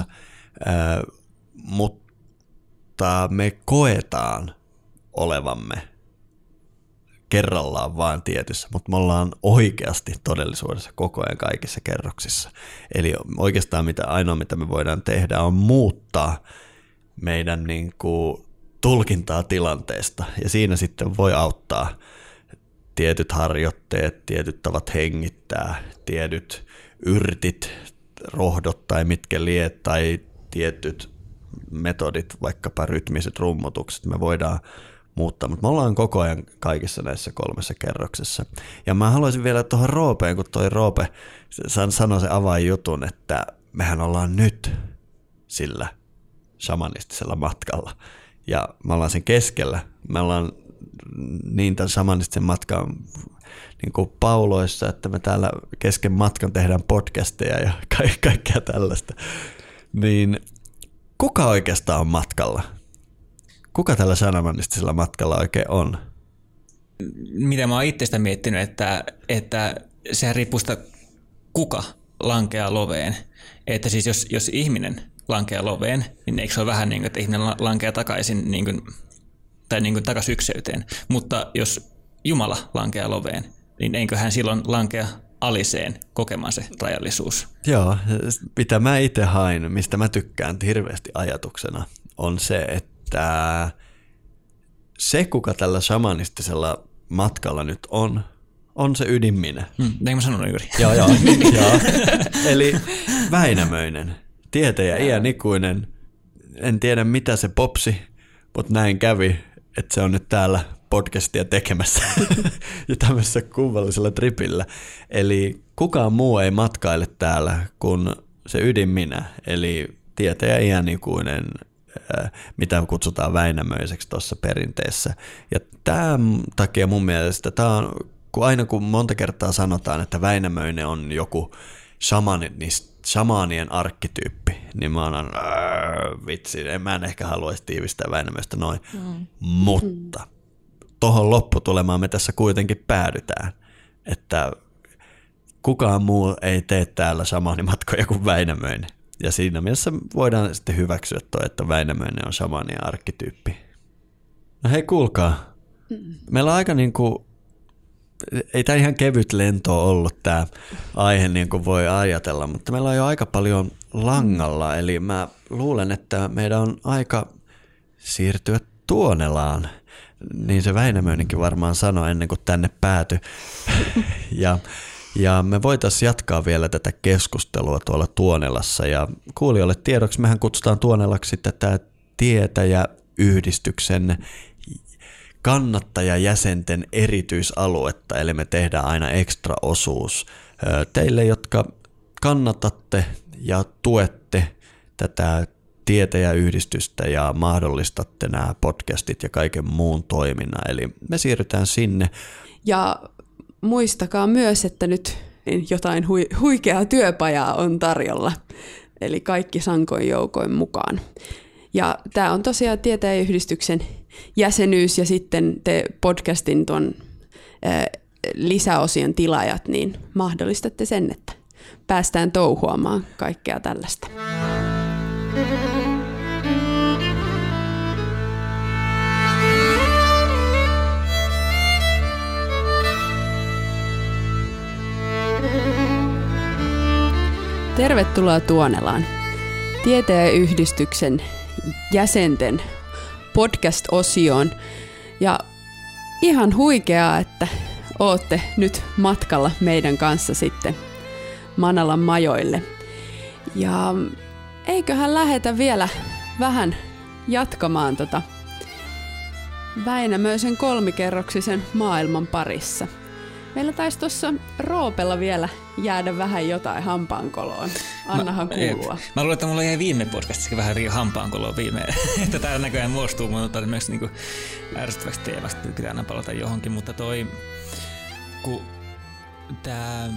A: mutta me koetaan olevamme kerrallaan vaan tietyssä, mutta me ollaan oikeasti todellisuudessa koko ajan kaikissa kerroksissa. Eli oikeastaan ainoa, mitä me voidaan tehdä, on muuttaa meidän niin kuin tulkintaa tilanteesta. Ja siinä sitten voi auttaa tietyt harjoitteet, tietyt tavat hengittää, tietyt yrtit, rohdot tai mitkä liet tai tietyt metodit, vaikkapa rytmiset rummutukset, me voidaan muuttaa, mutta me ollaan koko ajan kaikissa näissä 3 kerroksessa. Ja mä haluaisin vielä tuohon Roopeen, kun toi Roope sanoi se avainjutun, että mehän ollaan nyt sillä shamanistisella matkalla. Ja me ollaan sen keskellä. Me ollaan niin tämän shamanistisen matkan niin kuin pauloissa, että me täällä kesken matkan tehdään podcasteja ja kaikkea tällaista. Niin kuka oikeastaan on matkalla? Kuka tällä shamanistisella matkalla oikein on?
B: Mitä mä oon itsestä miettinyt, että sehän riippuu sitä, kuka lankeaa loveen. Että siis jos ihminen lankeaa loveen, niin eikö se ole vähän niin kuin, että ihminen lankeaa takaisin niin kuin, tai niin kuin takaisin ykseyteen. Mutta jos Jumala lankeaa loveen, niin eikö hän silloin lankea aliseen kokemaan se rajallisuus?
A: Joo, mitä mä itse hain, mistä mä tykkään hirveästi ajatuksena, on se, että se, kuka tällä shamanistisella matkalla nyt on se ydinminä.
B: Eikö mä sanonut juuri?
A: Joo. Eli Väinämöinen, tietäjä, iänikuinen. En tiedä mitä se popsi, mutta näin kävi, että se on nyt täällä podcastia tekemässä ja tämmöisessä kummallisella tripillä. Eli kukaan muu ei matkaile täällä kuin se ydinminä, eli tietäjä, iänikuinen, mitä kutsutaan Väinämöiseksi tuossa perinteessä. Ja tämän takia mun mielestä tämä on, kun monta kertaa sanotaan, että Väinämöinen on joku shamanien arkkityyppi, niin mä oon vitsi, mä en ehkä haluaisi tiivistää Väinämöistä noin. Mutta tohon lopputulemaan me tässä kuitenkin päädytään, että kukaan muu ei tee täällä shamanimatkoja kuin Väinämöinen. Ja siinä mielessä voidaan sitten hyväksyä toi, että Väinämöinen on shamanien arkkityyppi. No hei, kuulkaa. Meillä on aika niinku, ei tämä ihan kevyt lento ollut tämä aihe niin kuin voi ajatella, mutta meillä on jo aika paljon langalla. Eli mä luulen, että meidän on aika siirtyä Tuonelaan. Niin se Väinämöinenkin varmaan sanoi ennen kuin tänne päätyi. Ja me voitaisiin jatkaa vielä tätä keskustelua tuolla Tuonelassa. Ja kuulijoille tiedoksi, mehän kutsutaan Tuonelaksi tätä tietäjäyhdistyksen kannattajajäsenten erityisaluetta, eli me tehdään aina ekstra osuus teille, jotka kannatatte ja tuette tätä tietäjäyhdistystä ja mahdollistatte nämä podcastit ja kaiken muun toiminnan, eli me siirrytään sinne.
C: Ja muistakaa myös, että nyt jotain huikeaa työpajaa on tarjolla, eli kaikki sankoin joukoin mukaan. Ja tämä on tosiaan tietäjäyhdistyksen jäsenyys ja sitten te podcastin tuon lisäosien tilaajat, niin mahdollistatte sen, että päästään touhuamaan kaikkea tällaista. Tervetuloa Tuonelaan, tietäjäyhdistyksen jäsenten podcast-osioon. Ja ihan huikeaa, että ootte nyt matkalla meidän kanssa sitten Manalan majoille. Ja eiköhän lähetä vielä vähän jatkamaan Väinämöisen 3-kerroksisen maailman parissa. Meillä taisi tuossa Roopella vielä jäädä vähän jotain hampaankoloon. Annahan kuulua.
B: Mä luulen, että mulla jäi viime podcastissakin vähän hampaankoloon viime. Että tää näköjään muodostuu, mutta myös niinku ärsyttäväksi teevästi. Pitää aina palata johonkin, mutta kun tää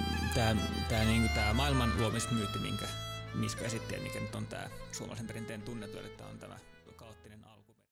B: maailman luomismyytti, minkä Miska esitti ja mikä nyt on tää suomalaisen perinteen tunnetu, että on tämä